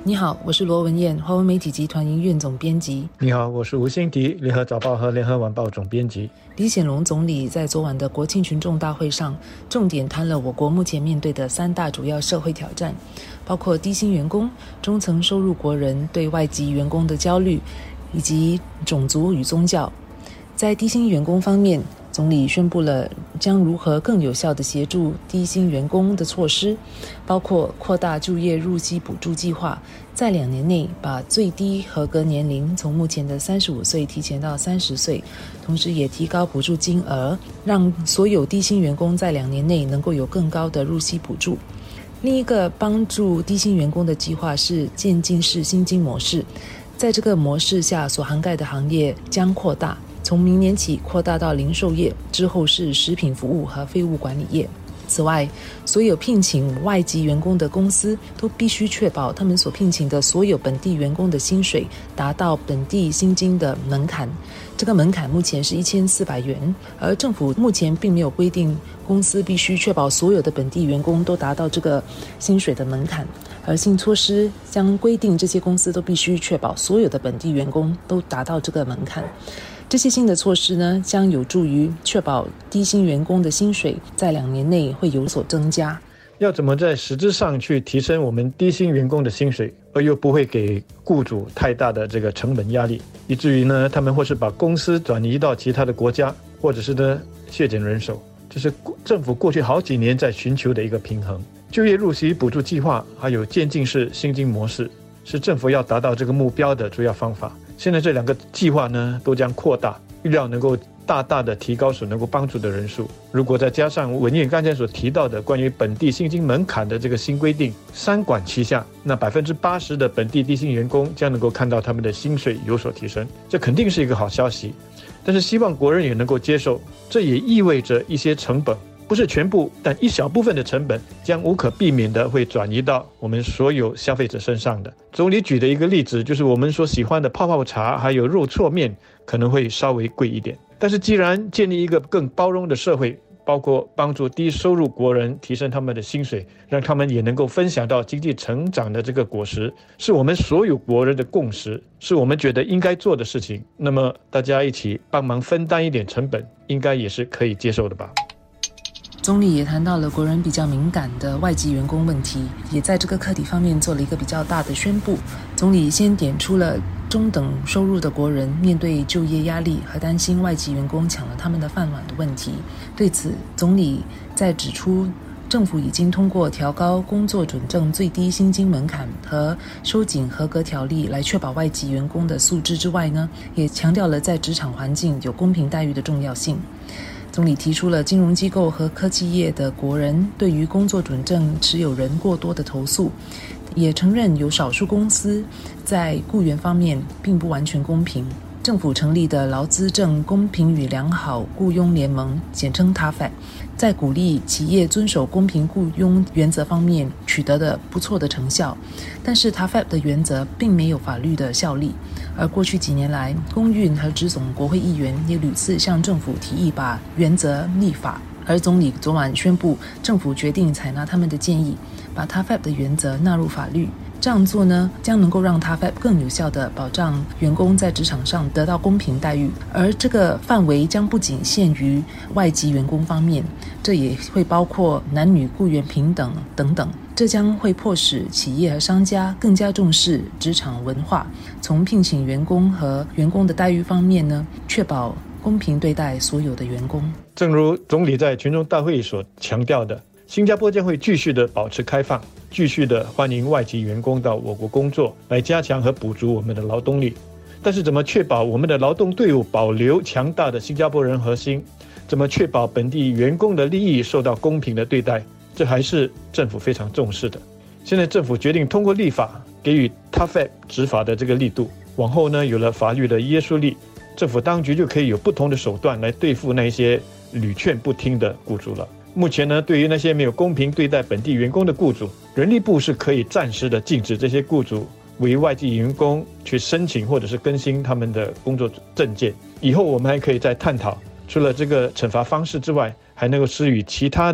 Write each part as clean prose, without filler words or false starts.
你好，我是罗文燕，华文媒体集团营运总编辑。 你好，我是吴欣迪，联合早报和联合晚报总编辑。 李显龙总理在昨晚的国庆群众大会上，重点谈了我国目前面对的3大主要社会挑战，包括低薪员工、中层收入国人对外籍员工的焦虑，以及种族与宗教。在低薪员工方面，总理宣布了将如何更有效地协助低薪员工的措施，包括扩大就业入息补助计划，在2年内把最低合格年龄从目前的35岁提前到30岁，同时也提高补助金额，让所有低薪员工在2年内能够有更高的入息补助。另一个帮助低薪员工的计划是渐进式薪金模式，在这个模式下所涵盖的行业将扩大，从明年起扩大到零售业，之后是食品服务和废物管理业。此外，所有聘请外籍员工的公司都必须确保他们所聘请的所有本地员工的薪水达到本地薪金的门槛。这个门槛目前是1400元，而政府目前并没有规定公司必须确保所有的本地员工都达到这个薪水的门槛，而新措施将规定这些公司都必须确保所有的本地员工都达到这个门槛。这些新的措施呢，将有助于确保低薪员工的薪水在2年内会有所增加。 要怎么在实质上去提升我们低薪员工的薪水，而又不会给雇主太大的这个成本压力，以至于呢，他们或是把公司转移到其他的国家，或者是呢削减人手，这是政府过去好几年在寻求的一个平衡。就业入息补助计划还有渐进式薪金模式，是政府要达到这个目标的主要方法。现在这2个计划呢，都将扩大，预料能够大大的提高所能够帮助的人数。如果再加上文燕刚才所提到的关于本地薪金门槛的这个新规定，3管齐下，那80%的本地低薪员工将能够看到他们的薪水有所提升，这肯定是一个好消息。但是希望国人也能够接受，这也意味着一些成本，不是全部，但一小部分的成本将无可避免的会转移到我们所有消费者身上的。总理举的一个例子就是我们所喜欢的泡泡茶还有肉挫面可能会稍微贵一点，但是既然建立一个更包容的社会，包括帮助低收入国人提升他们的薪水，让他们也能够分享到经济成长的这个果实，是我们所有国人的共识，是我们觉得应该做的事情。那么大家一起帮忙分担一点成本，应该也是可以接受的吧。 总理也谈到了国人比较敏感的外籍员工问题，也在这个课题方面做了一个比较大的宣布。总理先点出了中等收入的国人面对就业压力和担心外籍员工抢了他们的饭碗的问题。对此，总理在指出，政府已经通过调高工作准证最低薪金门槛和收紧合格条例来确保外籍员工的素质之外呢，也强调了在职场环境有公平待遇的重要性。总理提出了金融机构和科技业的国人对于工作准证持有人过多的投诉，也承认有少数公司在雇员方面并不完全公平。政府成立的劳资政公平与良好雇佣联盟，简称 TAFEC， 在鼓励企业遵守公平雇佣原则方面取得了不错的成效，但是 TAFEC 的原则并没有法律的效力。而过去几年来，工运和职总国会议员也屡次向政府提议把原则立法，而总理昨晚宣布，政府决定采纳他们的建议，把 TAFEC 的原则纳入法律。这样做呢，将能够让 TAFEC 更有效地保障员工在职场上得到公平待遇，而这个范围将不仅限于外籍员工方面，这也会包括男女雇员平等等等。这将会迫使企业和商家更加重视职场文化，从聘请员工和员工的待遇方面呢，确保公平对待所有的员工。 正如总理在群众大会所强调的，新加坡将会继续的保持开放，继续的欢迎外籍员工到我国工作，来加强和补足我们的劳动力。但是怎么确保我们的劳动队伍保留强大的新加坡人核心，怎么确保本地员工的利益受到公平的对待，这还是政府非常重视的。现在政府决定通过立法给予 TAFEC 执法的这个力度，往后呢有了法律的约束力，政府当局就可以有不同的手段来对付那些屡劝不听的雇主了。目前呢，对于那些没有公平对待本地员工的雇主，人力部是可以暂时的禁止这些雇主为外籍员工去申请或者是更新他们的工作证件。以后我们还可以再探讨，除了这个惩罚方式之外，还能够施予其他的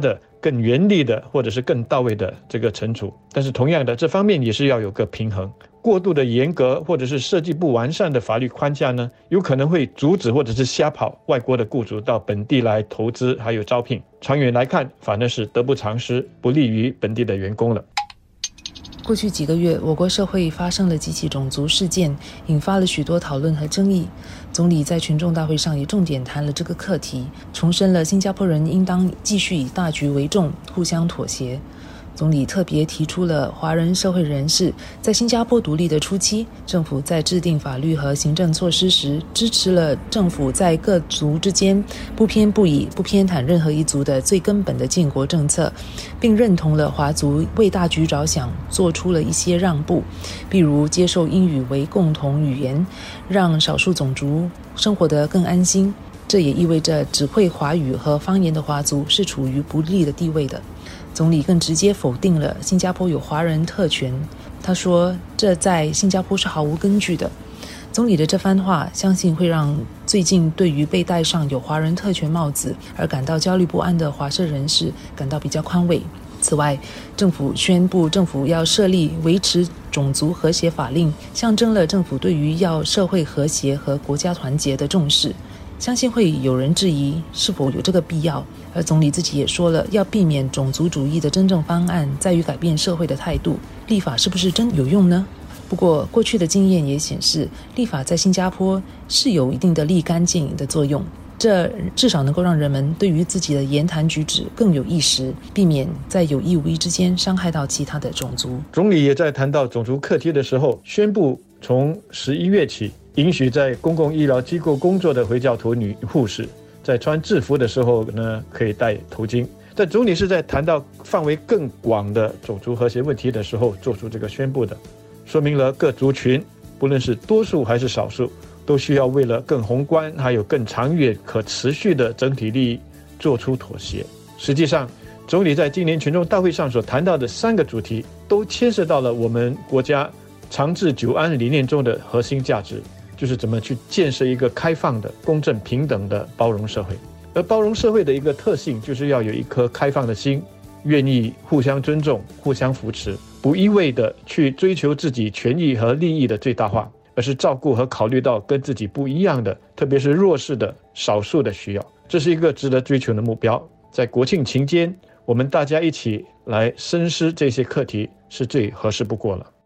更严厉的或者是更到位的这个惩处。但是同样的，这方面也是要有个平衡。过度的严格或者是设计不完善的法律框架呢，有可能会阻止或者是吓跑外国的雇主到本地来投资还有招聘。长远来看，反而是得不偿失，不利于本地的员工了。 过去几个月，我国社会发生了几起种族事件，引发了许多讨论和争议。总理在群众大会上也重点谈了这个课题，重申了新加坡人应当继续以大局为重，互相妥协。总理特别提出了华人社会人士在新加坡独立的初期，政府在制定法律和行政措施时，支持了政府在各族之间不偏不倚、不偏袒任何一族的最根本的建国政策，并认同了华族为大局着想，做出了一些让步，比如接受英语为共同语言，让少数种族生活得更安心。这也意味着只会华语和方言的华族是处于不利的地位的。总理更直接否定了新加坡有华人特权，他说这在新加坡是毫无根据的。总理的这番话相信会让最近对于被戴上有华人特权帽子而感到焦虑不安的华社人士感到比较宽慰。此外，政府宣布政府要设立维持种族和谐法令，象征了政府对于要社会和谐和国家团结的重视。相信会有人质疑是否有这个必要，而总理自己也说了，要避免种族主义的真正方案在于改变社会的态度。立法是不是真有用呢？不过过去的经验也显示，立法在新加坡是有一定的立竿见影的作用，这至少能够让人们对于自己的言谈举止更有意识，避免在有意无意之间伤害到其他的种族。 总理也在谈到种族课题的时候，宣布从11月起，允许在公共医疗机构工作的回教徒女护士在穿制服的时候呢，可以戴头巾。但总理是在谈到范围更广的种族和谐问题的时候做出这个宣布的，说明了各族群不论是多数还是少数，都需要为了更宏观还有更长远可持续的整体利益做出妥协。实际上，总理在今年群众大会上所谈到的3个主题，都牵涉到了我们国家长治久安理念中的核心价值，就是怎么去建设一个开放的、公正平等的包容社会。而包容社会的一个特性，就是要有一颗开放的心，愿意互相尊重、互相扶持，不一味的去追求自己权益和利益的最大化，而是照顾和考虑到跟自己不一样的，特别是弱势的、少数的需要。这是一个值得追求的目标。在国庆期间，我们大家一起来深思这些课题，是最合适不过了。